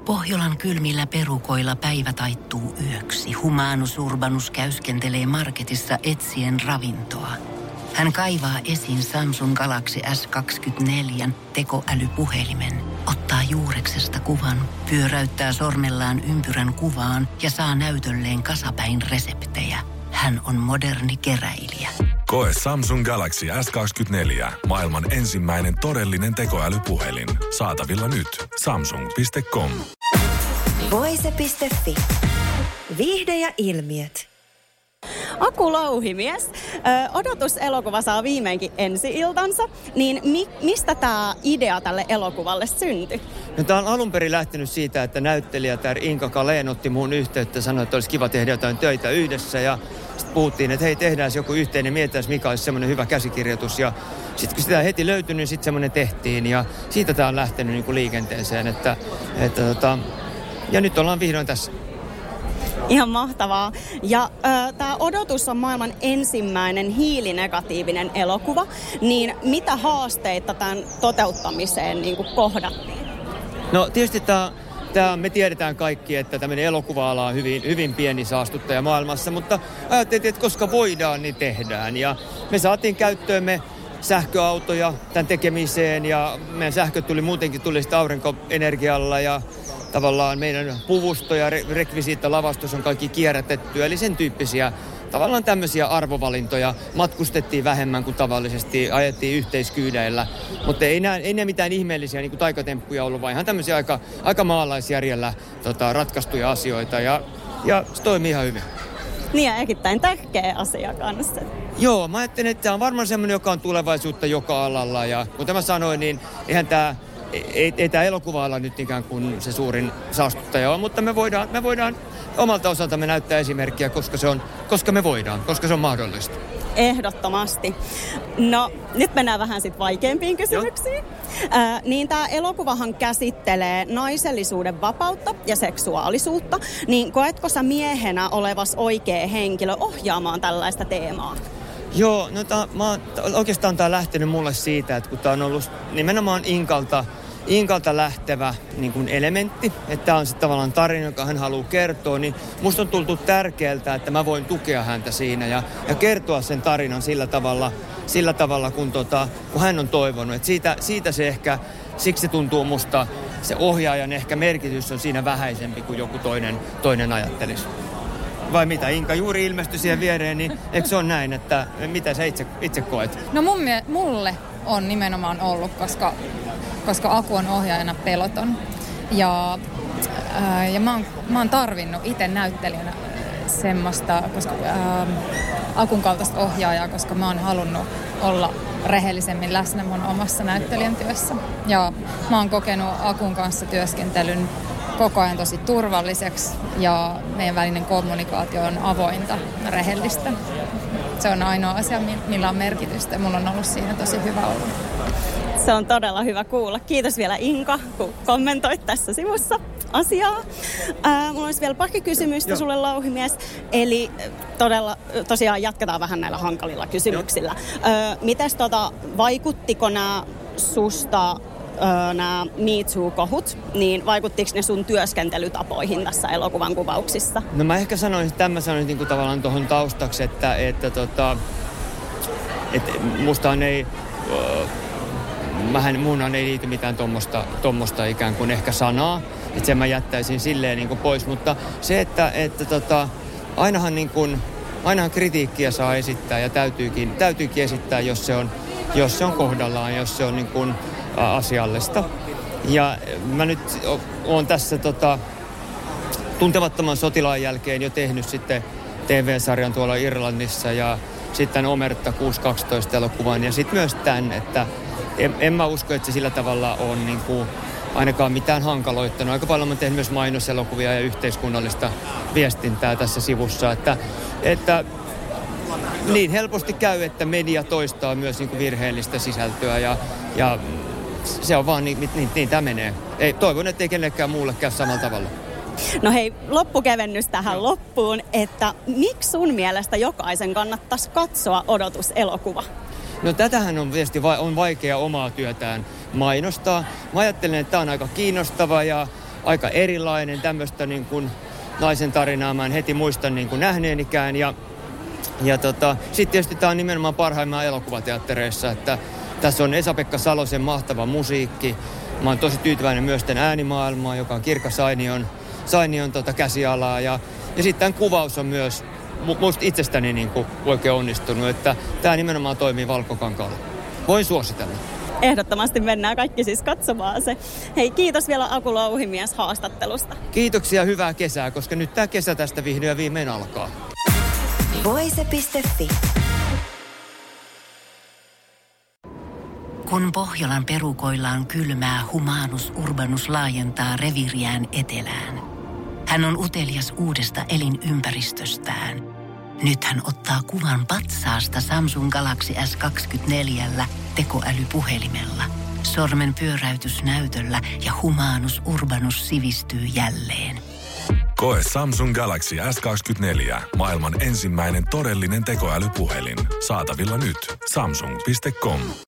Pohjolan kylmillä perukoilla päivä taittuu yöksi. Humanus Urbanus käyskentelee marketissa etsien ravintoa. Hän kaivaa esiin Samsung Galaxy S24 tekoälypuhelimen, ottaa juureksesta kuvan, pyöräyttää sormellaan ympyrän kuvaan ja saa näytölleen kasapäin reseptejä. Hän on moderni keräilijä. Koe Samsung Galaxy S24. Maailman ensimmäinen todellinen tekoälypuhelin. Saatavilla nyt. Samsung.com. Voise.fi. Viihde ja ilmiöt. Aku Louhimies, Odotus-elokuva saa viimeinkin ensi-iltansa, niin mistä tämä idea tälle elokuvalle syntyi? No, tämä on alun perin lähtenyt siitä, että näyttelijätär Inka Kaleen otti muun yhteyttä ja sanoi, että olisi kiva tehdä jotain töitä yhdessä. Ja sitten puhuttiin, että hei, tehdään joku yhteinen, mietitään mikä olisi semmoinen hyvä käsikirjoitus. Ja sitten kun sitä heti löytyi, niin sitten semmoinen tehtiin ja siitä tämä on lähtenyt niin kuin liikenteeseen. Ja nyt ollaan vihdoin tässä. Ihan mahtavaa. Ja tämä Odotus on maailman ensimmäinen hiilinegatiivinen elokuva. Niin mitä haasteita tämän toteuttamiseen niin kuin kohdattiin? No tietysti me tiedetään kaikki, että tämmöinen elokuva-ala on hyvin, hyvin pieni saastuttaja maailmassa, mutta ajattelin, että koska voidaan, niin tehdään. Ja me saatiin käyttöömme sähköautoja tämän tekemiseen ja meidän sähkö tuli sitä aurinkoenergialla ja tavallaan meidän puvusto ja rekvisiittalavastus on kaikki kierrätetty, eli sen tyyppisiä tavallaan tämmöisiä arvovalintoja. Matkustettiin vähemmän kuin tavallisesti, ajettiin yhteiskyydäillä, mutta ei ne mitään ihmeellisiä niin kuin taikatemppuja ollut, vaan ihan tämmöisiä aika maalaisjärjellä ratkaistuja asioita ja se toimii ihan hyvin. Niin ja erittäin tärkeä asia kanssa. Joo, mä ajattelin, että tämä on varmaan semmoinen, joka on tulevaisuutta joka alalla ja kuten mä sanoin, niin eihän ei tämä elokuva-ala nyt ikään kuin se suurin saastuttaja on, mutta me voidaan omalta osaltamme näyttää esimerkkiä, koska me voidaan, koska se on mahdollista. Ehdottomasti. No, nyt mennään vähän sitten vaikeampiin kysymyksiin. Niin tämä elokuvahan käsittelee naisellisuuden vapautta ja seksuaalisuutta. Niin koetko sä miehenä olevas oikea henkilö ohjaamaan tällaista teemaa? Joo, no oikeastaan tämä on lähtenyt mulle siitä, että kun tämä on ollut nimenomaan Inkalta lähtevä niin kuin elementti, että tämä on sitten tavallaan tarina, joka hän haluaa kertoa, niin musta on tultu tärkeältä, että mä voin tukea häntä siinä ja kertoa sen tarinan sillä tavalla kun hän on toivonut. Et siitä se ehkä, siksi se tuntuu musta, se ohjaajan ehkä merkitys on siinä vähäisempi kuin joku toinen ajattelisi. Vai mitä? Inka juuri ilmestyi siihen viereen, niin eikö se ole näin, että mitä sä itse koet? No mulle on nimenomaan ollut, koska Aku on ohjaajana peloton. Ja mä oon tarvinnut itse näyttelijänä semmoista, koska Akun kaltaista ohjaajaa, koska mä oon halunnut olla rehellisemmin läsnä mun omassa näyttelijän työssä. Ja mä oon kokenut Akun kanssa työskentelyn koko ajan tosi turvalliseksi ja meidän välinen kommunikaatio on avointa ja rehellistä. Se on ainoa asia, millä on merkitystä. Mulla on ollut siinä tosi hyvä olla. Se on todella hyvä kuulla. Kiitos vielä Inka, kun kommentoit tässä sivussa asiaa. Mulla olisi vielä pari kysymystä sulle, Louhimies. Eli tosiaan jatketaan vähän näillä hankalilla kysymyksillä. Mites vaikuttiko nämä susta nämä Me Too-kohut, niin vaikuttiko ne sun työskentelytapoihin tässä elokuvan kuvauksissa? No mä ehkä sanoisin niin kuin tavallaan tuohon taustaksi, että mustaan ei, munhan ei liity mitään tommosta ikään kuin ehkä sanaa, että sen mä jättäisin silleen niin kuin pois, mutta se, että ainahan kritiikkiä saa esittää ja täytyykin esittää, jos se on kohdallaan, jos se on niin kuin asiallista. Ja mä nyt oon tässä Tuntemattoman sotilaan jälkeen jo tehnyt sitten TV-sarjan tuolla Irlannissa ja sitten Omerta 612 elokuvan ja sitten myös tämän, että en mä usko, että se sillä tavalla on niin kuin ainakaan mitään hankaloittanut. Aika paljon mä tehnyt myös mainoselokuvia ja yhteiskunnallista viestintää tässä sivussa, että niin helposti käy, että media toistaa myös niin kuin virheellistä sisältöä ja se on vaan niin tämä menee. Toivon, että ei kenellekään muulle käy samalla tavalla. No hei, loppukevennys tähän loppuun, että miksi sun mielestä jokaisen kannattaisi katsoa Odotus-elokuva? No tätähän on vaikea omaa työtään mainostaa. Mä ajattelen, että tämä on aika kiinnostava ja aika erilainen. Tämmöistä niin kuin naisen tarinaa mä en heti muista niin kuin nähneenikään. Ja sitten tietysti tämä on nimenomaan parhaimmillaan elokuvateattereissa, että tässä on Esa-Pekka Salosen mahtava musiikki. Mä oon tosi tyytyväinen myös tämän äänimaailmaan, joka on Kirkka Sainion käsialaa. Ja sitten tämän kuvaus on myös musta itsestäni niin kuin oikein onnistunut, että tämä nimenomaan toimii Valkokankaalla. Voin suositella. Ehdottomasti mennään kaikki siis katsomaan se. Hei, kiitos vielä Aku Louhimies haastattelusta. Kiitoksia, hyvää kesää, koska nyt tämä kesä tästä vihdoin ja viimein alkaa. Voise.fi. Kun Pohjolan perukoillaan kylmää, Humanus Urbanus laajentaa reviiriään etelään. Hän on utelias uudesta elinympäristöstään. Nyt hän ottaa kuvan patsaasta Samsung Galaxy S24 tekoälypuhelimella. Sormen pyöräytys näytöllä ja Humanus Urbanus sivistyy jälleen. Koe Samsung Galaxy S24. Maailman ensimmäinen todellinen tekoälypuhelin. Saatavilla nyt. Samsung.com.